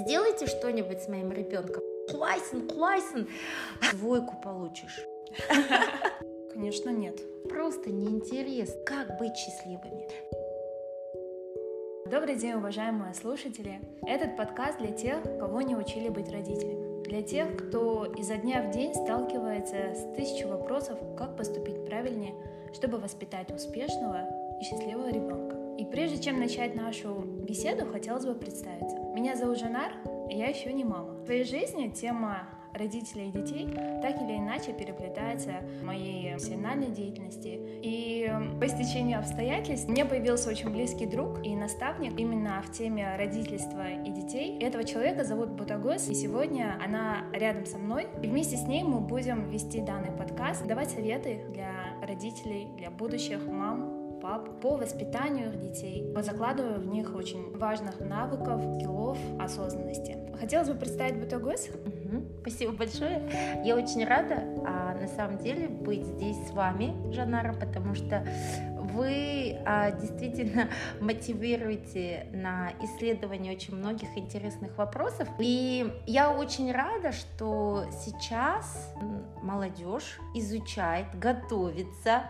сделайте что-нибудь с моим ребенком. Классен, двойку получишь. Конечно, нет. Просто неинтересно, как быть счастливыми. Добрый день, уважаемые слушатели! Этот подкаст для тех, кого не учили быть родителями. Для тех, кто изо дня в день сталкивается с 1000 вопросов, как поступить правильнее, чтобы воспитать успешного и счастливого ребенка. И прежде чем начать нашу беседу, хотелось бы представиться. Меня зовут Жанар, и я еще не мама. В своей жизни тема родителей и детей так или иначе переплетается в моей профессиональной деятельности. И по стечению обстоятельств мне появился очень близкий друг и наставник именно в теме родительства и детей. И этого человека зовут Ботагөз, и сегодня она рядом со мной. И вместе с ней мы будем вести данный подкаст, давать советы для родителей, для будущих мам, пап по воспитанию детей, закладывая в них очень важных навыков, скиллов, осознанности. Хотелось бы представить Ботагөз. Спасибо большое. Я очень рада, на самом деле, быть здесь с вами, Жанара, потому что вы действительно мотивируете на исследование очень многих интересных вопросов. И я очень рада, что сейчас молодежь изучает, готовится,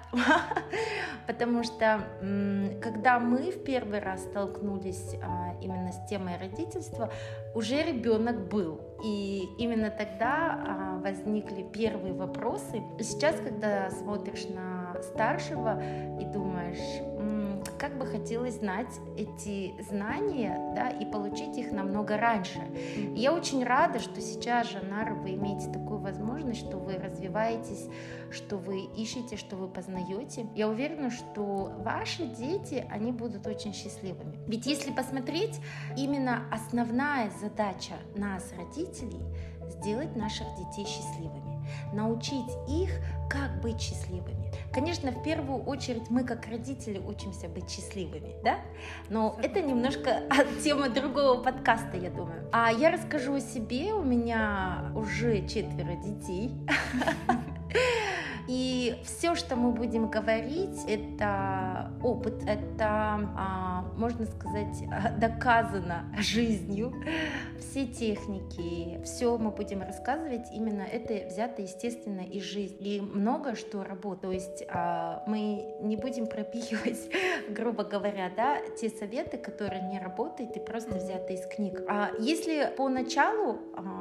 потому что когда мы в первый раз столкнулись именно с темой родительства, уже ребенок был. И именно тогда возникли первые вопросы. И сейчас, когда смотришь на старшего и думаешь, как бы хотелось знать эти знания, да, и получить их намного раньше. И я очень рада, что сейчас, Жанара, вы имеете такую возможность, что вы развиваетесь, что вы ищете, что вы познаете. Я уверена, что ваши дети, они будут очень счастливыми. Ведь если посмотреть, именно основная задача нас, родителей, сделать наших детей счастливыми, научить их, как быть счастливыми. Конечно, в первую очередь мы, как родители, учимся быть счастливыми, да? Но это немножко тема другого подкаста, я думаю. А я расскажу о себе. У меня уже 4 детей. И все, что мы будем говорить, это опыт, это, можно сказать, доказано жизнью. Все техники, все мы будем рассказывать, именно это взято, естественно, из жизни. И много что работает. То есть мы не будем пропихивать, грубо говоря, да, те советы, которые не работают и просто взяты из книг. Если поначалу,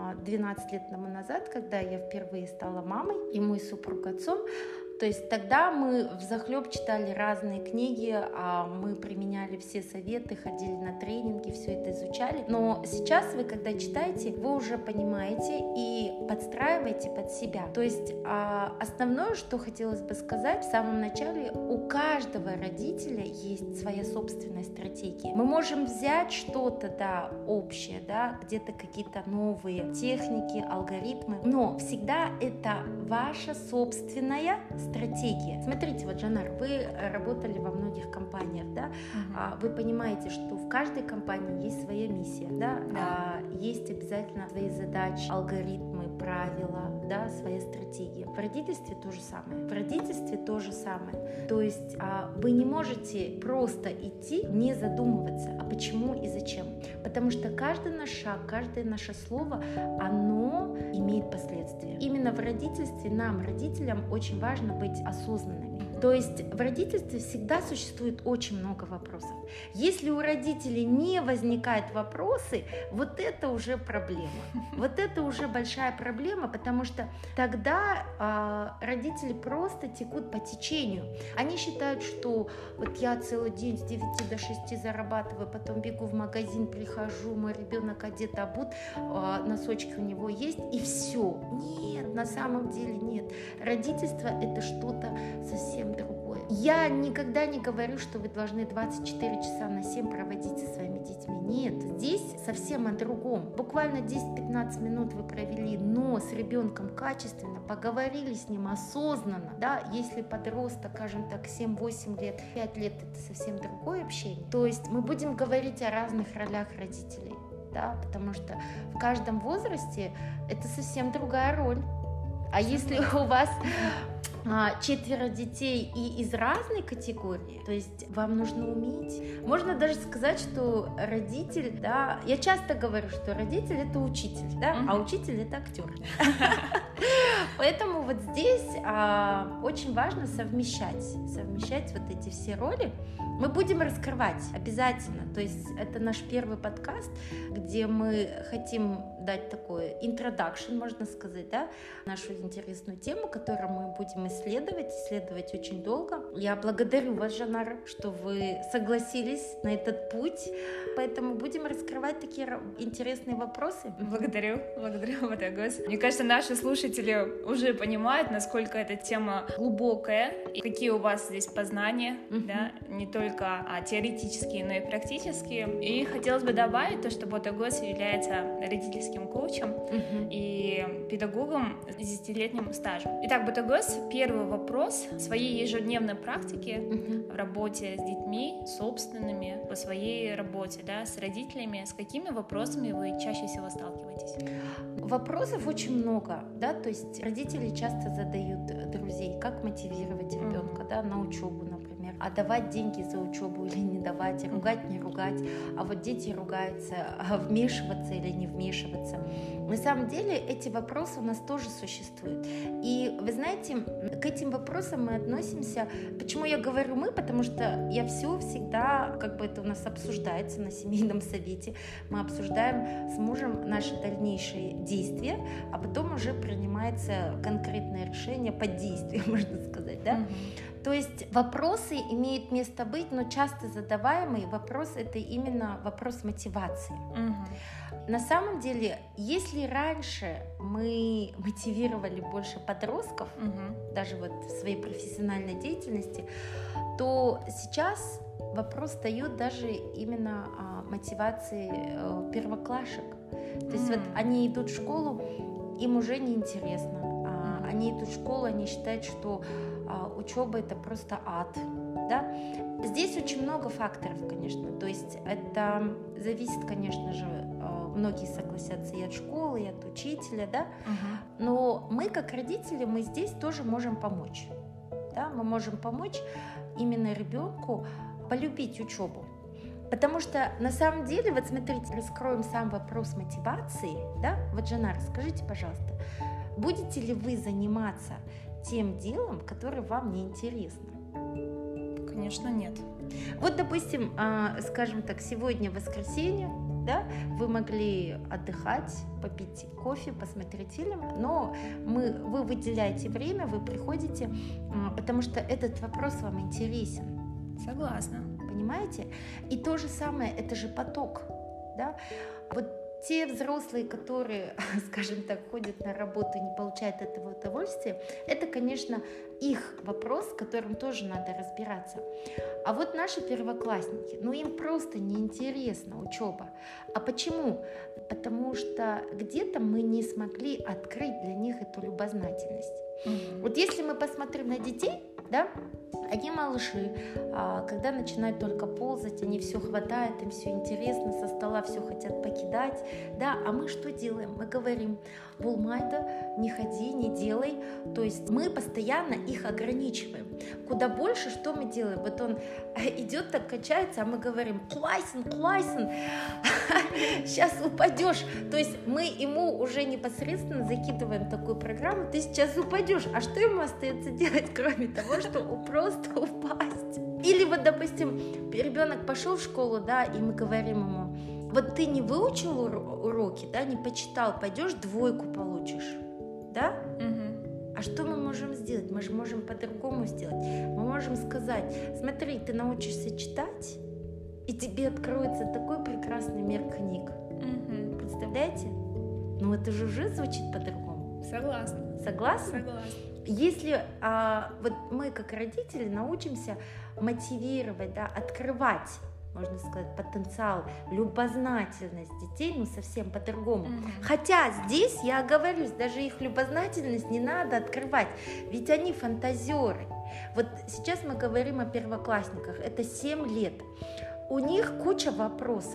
12 лет тому назад, когда я впервые стала мамой и мой супруг отцом, то есть тогда мы взахлеб читали разные книги, мы применяли все советы, ходили на тренинги, все это изучали. Но сейчас вы, когда читаете, вы уже понимаете и подстраиваете под себя. То есть основное, что хотелось бы сказать в самом начале, у каждого родителя есть своя собственная стратегия. Мы можем взять что-то, да, общее, да, где-то какие-то новые техники, алгоритмы, но всегда это ваша собственная стратегия. Смотрите, вот, Жанар, вы работали во многих компаниях, да? Вы понимаете, что в каждой компании есть своя миссия, да? Есть обязательно свои задачи, алгоритмы, правила, да, своя стратегия. В родительстве то же самое. В родительстве то же самое. То есть вы не можете просто идти, не задумываться, а почему и зачем. Потому что каждый наш шаг, каждое наше слово, оно имеет последствия. Именно в родительстве нам, родителям, очень важно быть осознанными. То есть в родительстве всегда существует очень много вопросов. Если у родителей не возникают вопросы, вот это уже проблема. Вот это уже большая проблема, потому что тогда родители просто текут по течению. Они считают, что вот я целый день с 9 до 6 зарабатываю, потом бегу в магазин, прихожу, мой ребенок одет, обут, носочки у него есть, и все. Нет, на самом деле нет. Родительство — это что-то совсем другое. Я никогда не говорю, что вы должны 24 часа на 7 проводить со своими детьми. Нет, здесь совсем о другом. Буквально 10-15 минут вы провели, но с ребенком качественно, поговорили с ним осознанно. Да? Если подросток, скажем так, 7-8 лет, 5 лет, это совсем другое общение. То есть мы будем говорить о разных ролях родителей. Да? Потому что в каждом возрасте это совсем другая роль. А если у вас 4 детей и из разной категории, то есть вам нужно уметь. Можно даже сказать, что родитель, да, я часто говорю, что родитель это учитель, да, а учитель это актер. Поэтому вот здесь очень важно совмещать вот эти все роли. Мы будем раскрывать обязательно, то есть это наш первый подкаст, где мы хотим дать такой introduction, можно сказать, да, нашу интересную тему, которую мы будем исследовать очень долго. Я благодарю вас, Жанара, что вы согласились на этот путь, поэтому будем раскрывать такие интересные вопросы. Благодарю, Ботагос. Мне кажется, наши слушатели уже понимают, насколько эта тема глубокая, и какие у вас здесь познания, да, не только теоретические, но и практические. И хотелось бы добавить то, что Ботагос является родительским коучем и педагогом с 10-летним стажем. Итак, Ботагос, первый вопрос в своей ежедневной практике в работе с детьми, собственными, по своей работе, да, с родителями, с какими вопросами вы чаще всего сталкиваетесь? Вопросов очень много, да, то есть родители часто задают друзей, как мотивировать ребенка, да, на учебу, например, а давать деньги за учебу или не давать, ругать, не ругать, а вот дети ругаются, а вмешиваться или не вмешиваться. На самом деле эти вопросы у нас тоже существуют. И вы знаете, к этим вопросам мы относимся, почему я говорю мы, потому что я все всегда, как бы это у нас обсуждается на семейном совете, мы обсуждаем с мужем наши дальнейшие действия, а потом уже принимается конкретное решение под действием, можно сказать, да? То есть вопросы имеют место быть, но часто задаваемый вопрос — это именно вопрос мотивации. На самом деле, если раньше мы мотивировали больше подростков, даже вот в своей профессиональной деятельности, то сейчас вопрос встает даже именно о мотивации первоклашек. То есть вот они идут в школу, им уже неинтересно. Они идут в школу, они считают, что учеба — это просто ад. Да? Здесь очень много факторов, конечно. То есть это зависит, конечно же, многие согласятся и от школы, и от учителя, да? Но мы, как родители, мы здесь тоже можем помочь. Да? Мы можем помочь именно ребенку полюбить учебу. Потому что на самом деле, вот смотрите, раскроем сам вопрос мотивации, да? Вот, Жанар, скажите, пожалуйста, будете ли вы заниматься тем делом, которое вам не интересно? Конечно, нет. Вот, допустим, скажем так, сегодня воскресенье, да, вы могли отдыхать, попить кофе, посмотреть фильм, но вы выделяете время, вы приходите, потому что этот вопрос вам интересен. Согласна. Понимаете? И то же самое, это же поток, да? Вот те взрослые, которые, скажем так, ходят на работу и не получают этого удовольствия, это, конечно, их вопрос, с которым тоже надо разбираться. А вот наши первоклассники, им просто неинтересна учеба. А почему? Потому что где-то мы не смогли открыть для них эту любознательность. Вот если мы посмотрим на детей, да, они малыши, когда начинают только ползать, они все хватает, им все интересно, со стола все хотят покидать, да, а мы что делаем? Мы говорим: Булмайда, не ходи, не делай, то есть мы постоянно их ограничиваем. Куда больше, что мы делаем? Вот он идет так, качается, а мы говорим: классен, сейчас упадешь, то есть мы ему уже непосредственно закидываем такую программу: ты сейчас упадешь, а что ему остается делать, кроме того, что просто упасть? Или вот, допустим, ребенок пошел в школу, да, и мы говорим ему: вот ты не выучил уроки, да, не почитал, пойдешь 2 получишь, да? А что мы можем сделать? Мы же можем по-другому сделать. Мы можем сказать: смотри, ты научишься читать, и тебе откроется такой прекрасный мир книг. Представляете? Это же уже звучит по-другому. Согласна. Согласна? Согласна. Если вот мы, как родители, научимся мотивировать, да, открывать, можно сказать, потенциал, любознательность детей, совсем по-другому. Хотя здесь, я оговорюсь, даже их любознательность не надо открывать, ведь они фантазеры. Вот сейчас мы говорим о первоклассниках, это 7 лет. У них куча вопросов.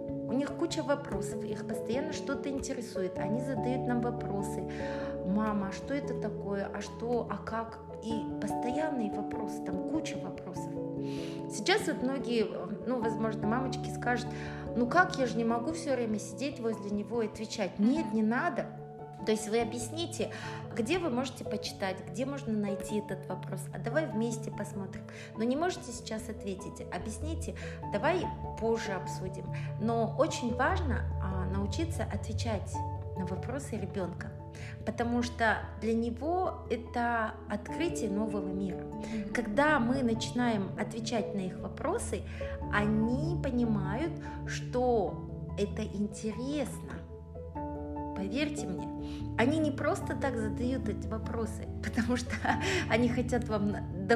Их постоянно что-то интересует, они задают нам вопросы: мама, а что это такое, а что, а как? и постоянные вопросы, там куча вопросов. Сейчас вот многие, возможно, мамочки скажут, как, я же не могу все время сидеть возле него и отвечать. Нет, не надо. То есть вы объясните, где вы можете почитать, где можно найти этот вопрос, а давай вместе посмотрим. Но не можете сейчас ответить, объясните, давай позже обсудим. Но очень важно научиться отвечать на вопросы ребенка, потому что для него это открытие нового мира. Когда мы начинаем отвечать на их вопросы, они понимают, что это интересно. Поверьте мне, они не просто так задают эти вопросы, потому что они хотят вам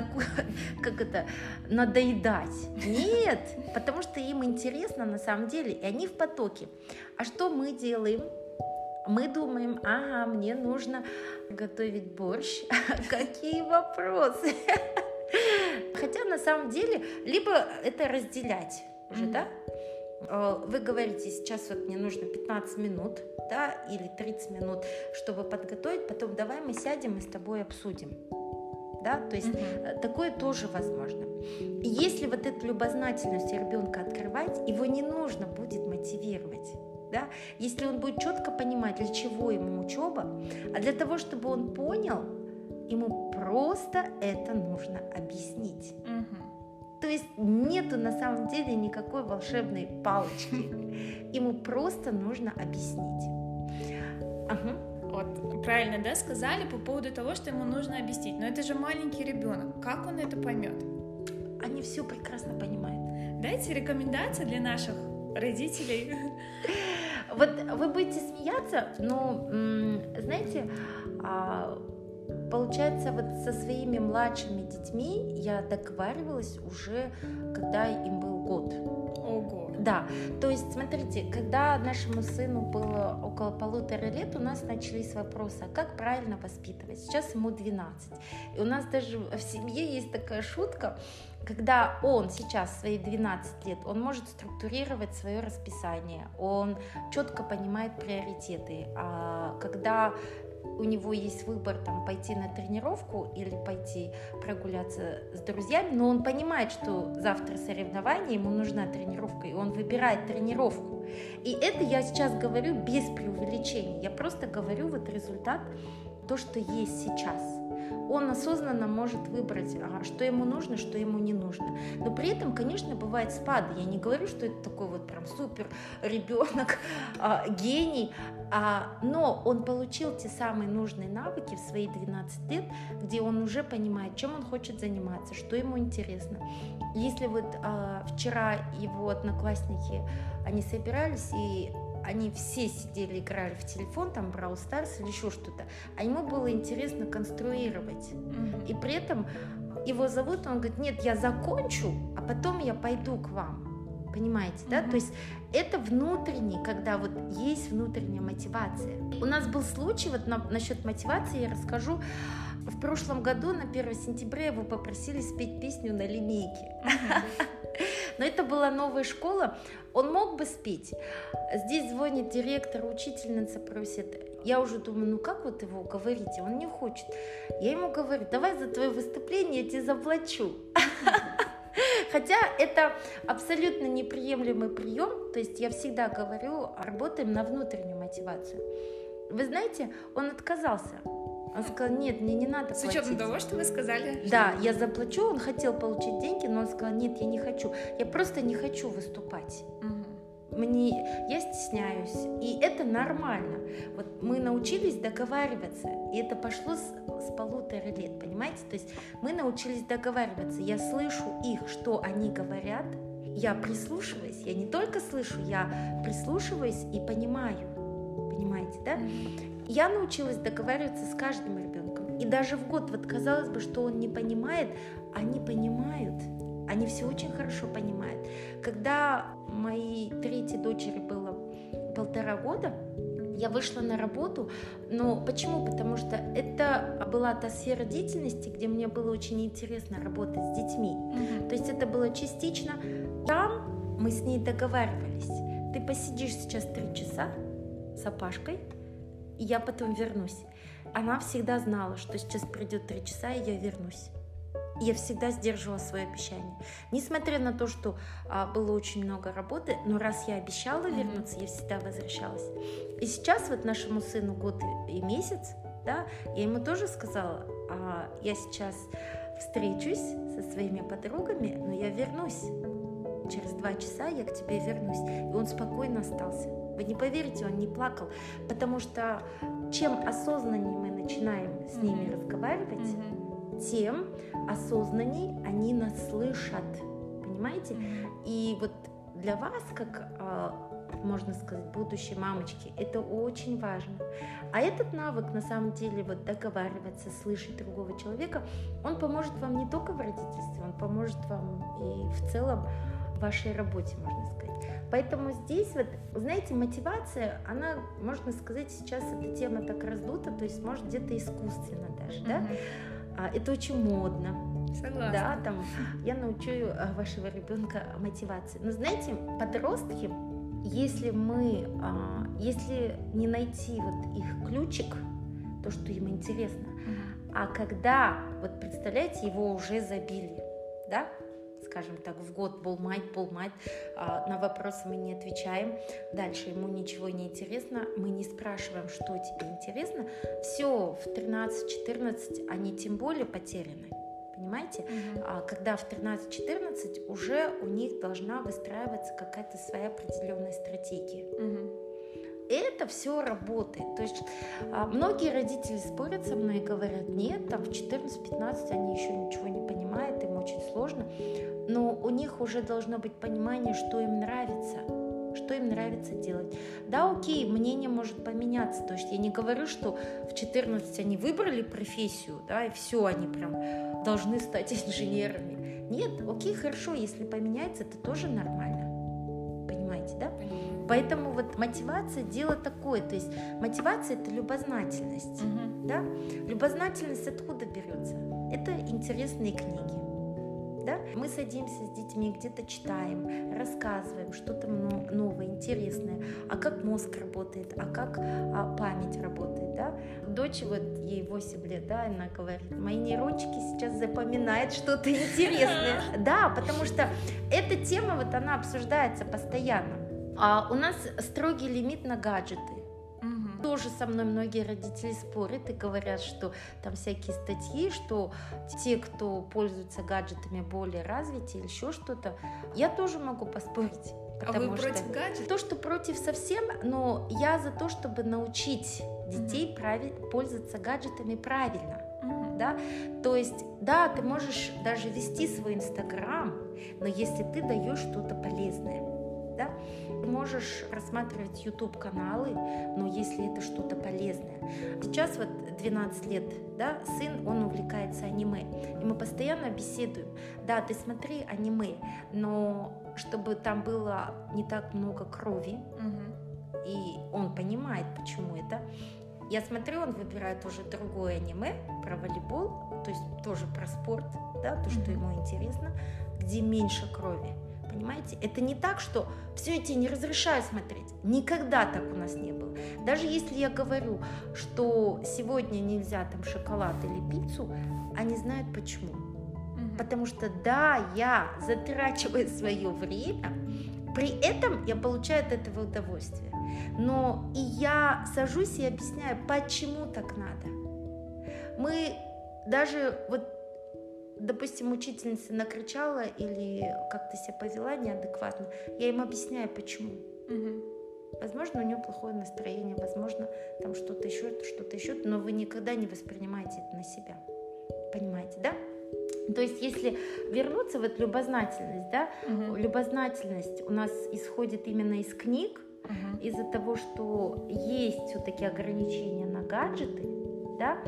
надоедать. Нет, потому что им интересно на самом деле, и они в потоке. А что мы делаем? Мы думаем, мне нужно готовить борщ. Какие вопросы? Хотя на самом деле, либо это разделять уже, да? Вы говорите, сейчас вот мне нужно 15 минут, да, или 30 минут, чтобы подготовить, потом давай мы сядем и с тобой обсудим. Да? То есть такое тоже возможно. И если вот эту любознательность ребенка открывать, его не нужно будет мотивировать. Да? Если он будет четко понимать, для чего ему учеба, а для того, чтобы он понял, ему просто это нужно объяснить. То есть нету на самом деле никакой волшебной палочки. Ему просто нужно объяснить. Вот, правильно, да, сказали по поводу того, что ему нужно объяснить. Но это же маленький ребенок. Как он это поймет? Они все прекрасно понимают. Дайте рекомендации для наших родителей. Вот вы будете смеяться, но, знаете, получается, вот со своими младшими детьми я договаривалась уже, когда им был год. Ого! Да, то есть, смотрите, когда нашему сыну было около 1,5 лет, у нас начались вопросы, а как правильно воспитывать? Сейчас ему 12. И у нас даже в семье есть такая шутка, когда он сейчас в свои 12 лет, он может структурировать свое расписание, он четко понимает приоритеты, а когда у него есть выбор пойти на тренировку или пойти прогуляться с друзьями, но он понимает, что завтра соревнование, ему нужна тренировка, и он выбирает тренировку. И это я сейчас говорю без преувеличения, я просто говорю результат, то, что есть сейчас. Он осознанно может выбрать, что ему нужно, что ему не нужно. Но при этом, конечно, бывают спады. Я не говорю, что это такой прям супер ребенок, гений, но он получил те самые нужные навыки в свои 12 лет, где он уже понимает, чем он хочет заниматься, что ему интересно. Если вчера его одноклассники, они собирались и они все сидели, играли в телефон, Brawl Stars или еще что-то, а ему было интересно конструировать. И при этом его зовут, он говорит, нет, я закончу, а потом я пойду к вам. Понимаете, да? То есть это внутренний, когда есть внутренняя мотивация. У нас был случай, насчет мотивации я расскажу. В прошлом году на 1 сентября его попросили спеть песню на линейке. Но это была новая школа, он мог бы спеть. Здесь звонит директор, учительница просит. Я уже думаю, как его уговорить? Он не хочет. Я ему говорю, давай за твое выступление я тебе заплачу. Хотя это абсолютно неприемлемый прием, то есть я всегда говорю, работаем на внутреннюю мотивацию. Вы знаете, он отказался. Он сказал, нет, мне не надо платить. С учетом того, что вы сказали? Да, я заплачу, он хотел получить деньги, но он сказал, нет, я не хочу. Я просто не хочу выступать. Я стесняюсь, и это нормально. Мы научились договариваться, и это пошло с 1,5 лет, понимаете? То есть мы научились договариваться. Я слышу их, что они говорят, я прислушиваюсь, я не только слышу, я прислушиваюсь и понимаю. Понимаете, да? Я научилась договариваться с каждым ребенком. И даже в год, казалось бы, что он не понимает, они понимают. Они все очень хорошо понимают. Когда моей 3-й дочери было 1,5 года, я вышла на работу. Но почему? Потому что это была та сфера деятельности, где мне было очень интересно работать с детьми. То есть это было частично. Там мы с ней договаривались. Ты посидишь сейчас 3 часа с Апашкой, и я потом вернусь. она всегда знала, что сейчас придет 3 часа, и я вернусь. Я всегда сдерживала свое обещание. Несмотря на то, что было очень много работы, но раз я обещала вернуться, я всегда возвращалась. И сейчас вот нашему сыну 1 год и месяц, да, я ему тоже сказала, я сейчас встречусь со своими подругами, но я вернусь. Через 2 часа я к тебе вернусь. И он спокойно остался. Вы не поверите, он не плакал. Потому что чем осознаннее мы начинаем с ними разговаривать, тем осознанней они нас слышат. Понимаете? И вот для вас, как, можно сказать, будущей мамочки, это очень важно. А этот навык, на самом деле, вот договариваться, слышать другого человека, он поможет вам не только в родительстве, он поможет вам и в целом в вашей работе, можно сказать. Поэтому здесь, вот, знаете, мотивация, она, можно сказать, сейчас эта тема так раздута, то есть, может, где-то искусственно даже, да? Это очень модно. Согласна. Да, там, я научу вашего ребенка мотивации. Но знаете, подростки, если не найти вот их ключик, то, что им интересно, а когда, вот представляете, его уже забили, да, скажем так, в год полмать, на вопросы мы не отвечаем, дальше ему ничего не интересно, мы не спрашиваем, что тебе интересно, все, в 13-14 они тем более потеряны, понимаете? Когда в 13-14 уже у них должна выстраиваться какая-то своя определенная стратегия. Это все работает. То есть многие родители спорят со мной и говорят, нет, там в 14-15 они еще ничего не понимают, им очень сложно. Но у них уже должно быть понимание, что им нравится делать. Да, окей, мнение может поменяться. То есть я не говорю, что в 14 они выбрали профессию, да, и все, они прям должны стать инженерами. Нет, окей, хорошо, если поменяется, это тоже нормально. Понимаете, да? Поэтому вот мотивация – дело такое. То есть мотивация – это любознательность. Да? Любознательность откуда берется? Это интересные книги. Да? Мы садимся с детьми, где-то читаем, рассказываем что-то новое, интересное. А как мозг работает, а как память работает. Да? Дочь, вот ей 8 лет, да, она говорит, мои нейрончики сейчас запоминают что-то интересное. Да, потому что эта тема, вот она обсуждается постоянно. У нас строгий лимит на гаджеты. Тоже со мной многие родители спорят и говорят, что там всякие статьи, что те, кто пользуются гаджетами, более развиты или еще что-то. Я тоже могу поспорить. А вы против гаджетов? То, что против совсем, но я за то, чтобы научить детей пользоваться гаджетами правильно. Да? То есть, да, ты можешь даже вести свой Инстаграм, но если ты даешь что-то полезное, да? Ты можешь рассматривать YouTube-каналы, но если это что-то полезное. Сейчас вот 12 лет, да, сын, он увлекается аниме, и мы постоянно беседуем. Да, ты смотри аниме, но чтобы там было не так много крови, и он понимает, почему это. Я смотрю, он выбирает уже другое аниме про волейбол, то есть тоже про спорт, да, то, что ему интересно, где меньше крови. Понимаете? Это не так, что все, я тебе не разрешаю смотреть. Никогда так у нас не было. Даже если я говорю, что сегодня нельзя там шоколад или пиццу, они знают почему. Потому что да, я затрачиваю свое время, при этом я получаю от этого удовольствие. Но и я сажусь и объясняю, почему так надо. Мы даже вот, допустим, учительница накричала или как-то себя повела неадекватно, я им объясняю, почему. Возможно, у нее плохое настроение, возможно, там что-то еще, но вы никогда не воспринимаете это на себя. Понимаете, да? То есть, если вернуться, вот любознательность, да, любознательность у нас исходит именно из книг, из-за того, что есть все-таки ограничения на гаджеты, да.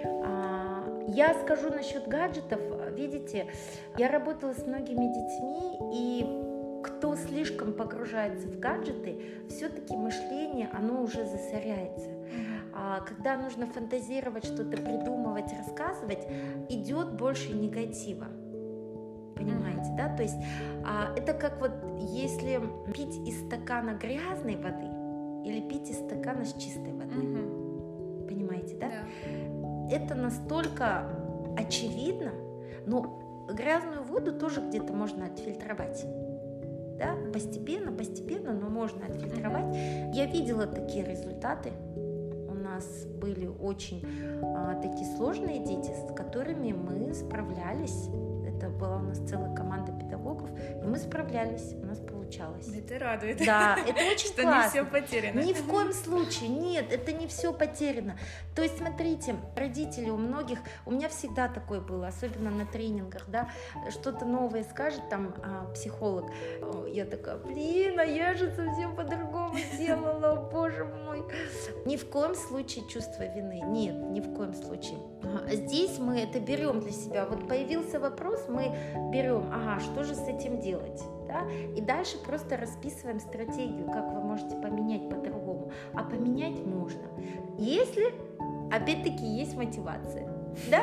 Я скажу насчет гаджетов. Видите, я работала с многими детьми, и кто слишком погружается в гаджеты, все-таки мышление, оно уже засоряется. Когда нужно фантазировать, что-то придумывать, рассказывать, идет больше негатива. Понимаете, да? То есть это как вот если пить из стакана грязной воды или пить из стакана с чистой водой. Понимаете, да? это настолько очевидно, но грязную воду тоже где-то можно отфильтровать. Да? Постепенно, но можно отфильтровать. Я видела такие результаты. У нас были очень такие сложные дети, с которыми мы справлялись. Это была у нас целая команда педагогов, и мы справлялись, у нас получалось. Это радует. Да, это очень что классно. Не все потеряно. Ни в коем случае, нет, это не все потеряно. То есть, смотрите, родители у многих, у меня всегда такое было, особенно на тренингах, да, что-то новое скажет там психолог, я такая, блин, а я же совсем по-другому делала, боже мой. Ни в коем случае чувство вины, нет, ни в коем случае. Здесь мы это берем для себя, вот появился вопрос, мы берем, что же с этим делать, да? И дальше просто расписываем стратегию, как вы можете поменять по-другому. А поменять можно, если, опять-таки, есть мотивация, да?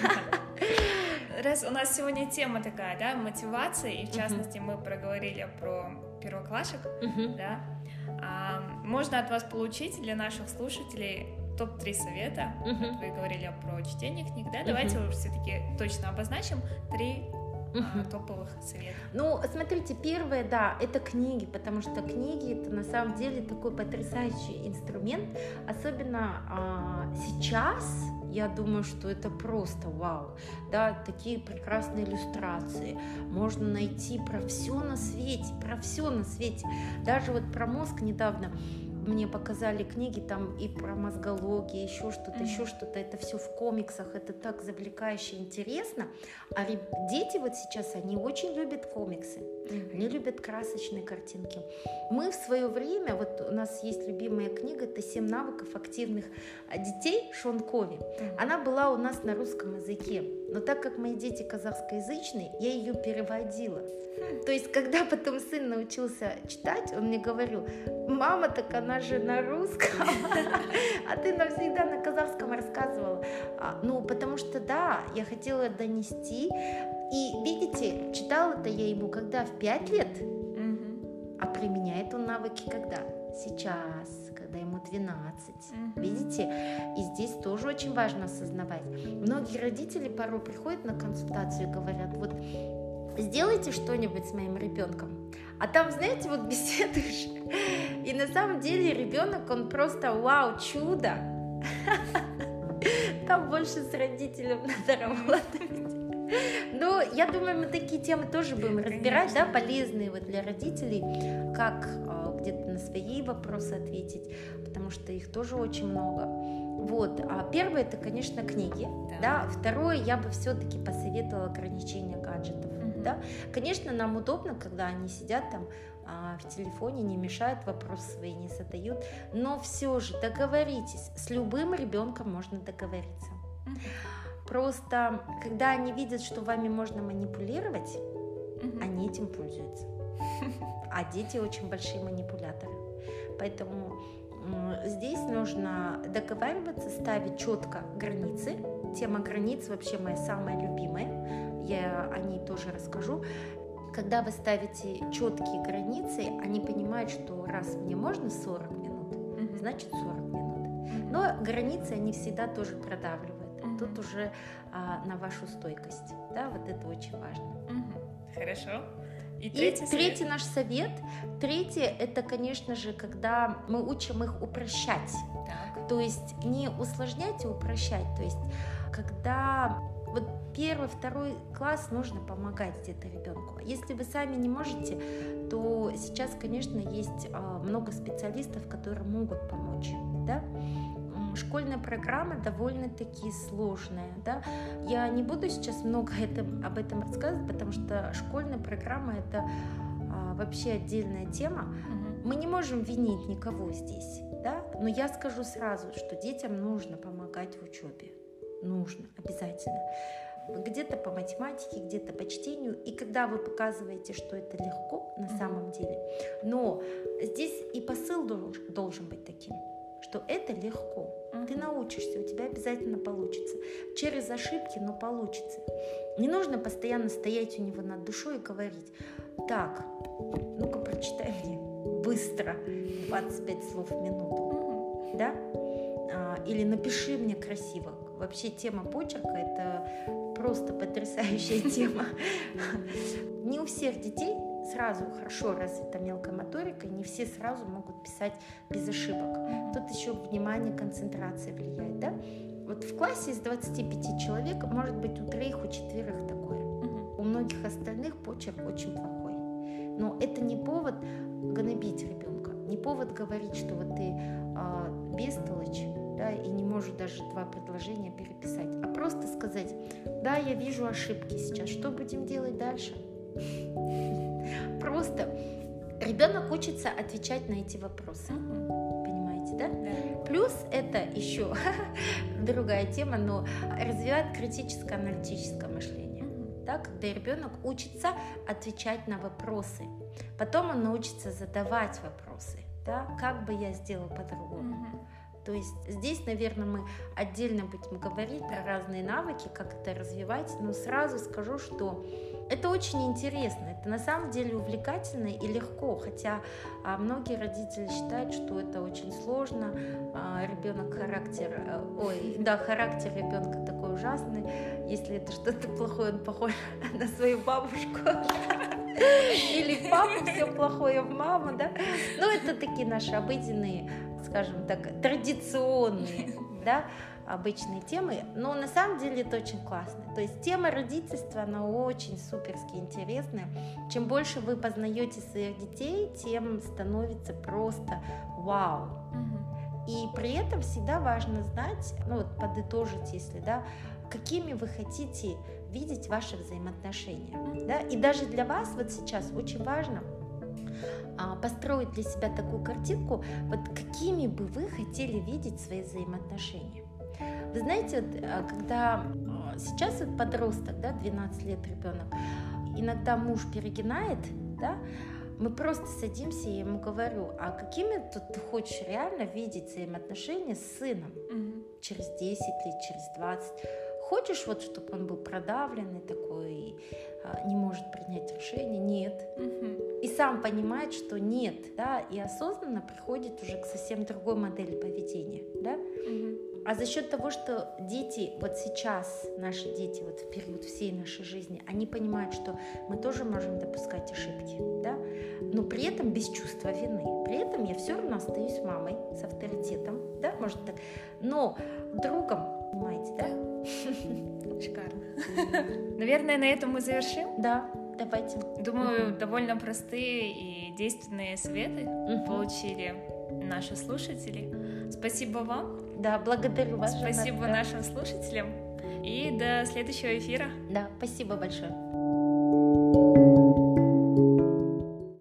Раз у нас сегодня тема такая, да, мотивация, и в частности мы проговорили про первоклашек, да, можно от вас получить для наших слушателей топ-3 совета. Вы говорили про чтение книг, да? Давайте уж все-таки точно обозначим 3 топовых советов. Ну, смотрите, первое, да, это книги, потому что книги это на самом деле такой потрясающий инструмент, особенно сейчас. Я думаю, что это просто вау, да, такие прекрасные иллюстрации. Можно найти про все на свете, Даже вот про мозг недавно мне показали книги там и про мозгологию, еще что-то. Это все в комиксах, это так завлекающе, интересно. А дети вот сейчас, они очень любят комиксы, они любят красочные картинки. Мы в свое время, вот у нас есть любимая книга, это «7 навыков активных детей» Шон Кови. Она была у нас на русском языке, но так как мои дети казахскоязычные, я ее переводила. То есть, когда потом сын научился читать, он мне говорил: мама, так она же на русском, а ты нам всегда на казахском рассказывала. Ну, потому что, да, я хотела донести. И, видите, читала-то я ему когда? В 5 лет. А применяет он навыки когда? Сейчас, когда ему 12. Видите? И здесь тоже очень важно осознавать. Многие родители порой приходят на консультацию и говорят: вот сделайте что-нибудь с моим ребенком. А там, знаете, вот беседуешь, и на самом деле ребенок, он просто вау, чудо. Там больше с родителем надо работать. Но я думаю, мы такие темы тоже будем разбирать, да, полезные вот для родителей, как где-то на свои вопросы ответить, потому что их тоже очень много. Вот. А первое, это, конечно, книги, да. Второе, я бы все-таки посоветовала ограничение гаджетов. Да? Конечно, нам удобно, когда они сидят там в телефоне, не мешают, вопросы свои не задают, но все же договоритесь, с любым ребенком можно договориться. Просто, когда они видят, что вами можно манипулировать, они этим пользуются. А дети очень большие манипуляторы. Поэтому здесь нужно договариваться, ставить четко границы. Тема границ вообще моя самая любимая. Я о ней тоже расскажу. Когда вы ставите четкие границы, они понимают, что раз мне можно 40 минут, значит 40 минут. Но границы они всегда тоже продавливают. Тут уже на вашу стойкость. Да, вот это очень важно. Хорошо. И третий наш совет. Третье, это, конечно же, когда мы учим их упрощать. Так. То есть не усложнять, а упрощать. То есть когда вот 1-2 класс нужно помогать где-то ребенку. Если вы сами не можете, то сейчас, конечно, есть много специалистов, которые могут помочь. Да? Школьная программа довольно-таки сложная. Да? Я не буду сейчас много об этом рассказывать, потому что школьная программа – это вообще отдельная тема. Мы не можем винить никого здесь. Да? Но я скажу сразу, что детям нужно помогать в учебе. Нужно, обязательно. Где-то по математике, где-то по чтению. И когда вы показываете, что это легко на самом деле, но здесь и посыл должен быть таким, что это легко. Ты научишься, у тебя обязательно получится. Через ошибки, но получится. Не нужно постоянно стоять у него над душой и говорить: так, ну-ка прочитай мне быстро 25 слов в минуту. Да? или напиши мне красиво. Вообще тема почерка — это просто потрясающая тема. Не у всех детей сразу хорошо развита мелкая моторика, не все сразу могут писать без ошибок. Тут еще внимание, концентрация влияет, да? Вот в классе из 25 человек, может быть, у 3, у 4 такое. У многих остальных почерк очень плохой. Но это не повод гнобить ребенка, не повод говорить, что вот ты бестолочь, да, и не можешь даже 2 предложения переписать, а просто сказать: да, я вижу ошибки сейчас, что будем делать дальше? Просто ребенок учится отвечать на эти вопросы. Понимаете, да? Плюс это еще другая тема, но развивает критическо-аналитическое мышление. Да, когда ребенок учится отвечать на вопросы. Потом он научится задавать вопросы. Да, как бы я сделал по-другому. То есть здесь, наверное, мы отдельно будем говорить про разные навыки, как это развивать, но сразу скажу, что это очень интересно, это на самом деле увлекательно и легко, хотя многие родители считают, что это очень сложно, характер ребенка такой ужасный, если это что-то плохое, он похож на свою бабушку. Или папу, все плохое в маму, да? Ну, это такие наши обыденные, скажем так, традиционные, да, обычные темы, но на самом деле это очень классно. То есть тема родительства, она очень суперски интересная. Чем больше вы познаете своих детей, тем становится просто вау. И при этом всегда важно знать, ну вот подытожить, если, да, какими вы хотите видеть ваши взаимоотношения. Да? И даже для вас вот сейчас очень важно построить для себя такую картинку, вот какими бы вы хотели видеть свои взаимоотношения. Вы знаете, вот, когда сейчас вот подросток, да, 12 лет ребенок, иногда муж перегинает, да, мы просто садимся, и я ему говорю: а какими ты хочешь реально видеть взаимоотношения с сыном через 10 лет, через 20? Хочешь, вот, чтобы он был продавленный такой, и не может принять решение? Нет. И сам понимает, что нет, да, и осознанно приходит уже к совсем другой модели поведения, да? А за счет того, что дети, вот сейчас наши дети, вот в период всей нашей жизни, они понимают, что мы тоже можем допускать ошибки, да, но при этом без чувства вины. При этом я все равно остаюсь мамой с авторитетом, да, может так, но другом, понимаете, да? Шикарно. Наверное, на этом мы завершим. Да, давайте. Думаю, довольно простые и действенные советы получили наши слушатели. Спасибо вам. Да, благодарю вас. Спасибо нашим слушателям. И до следующего эфира. Да, спасибо большое.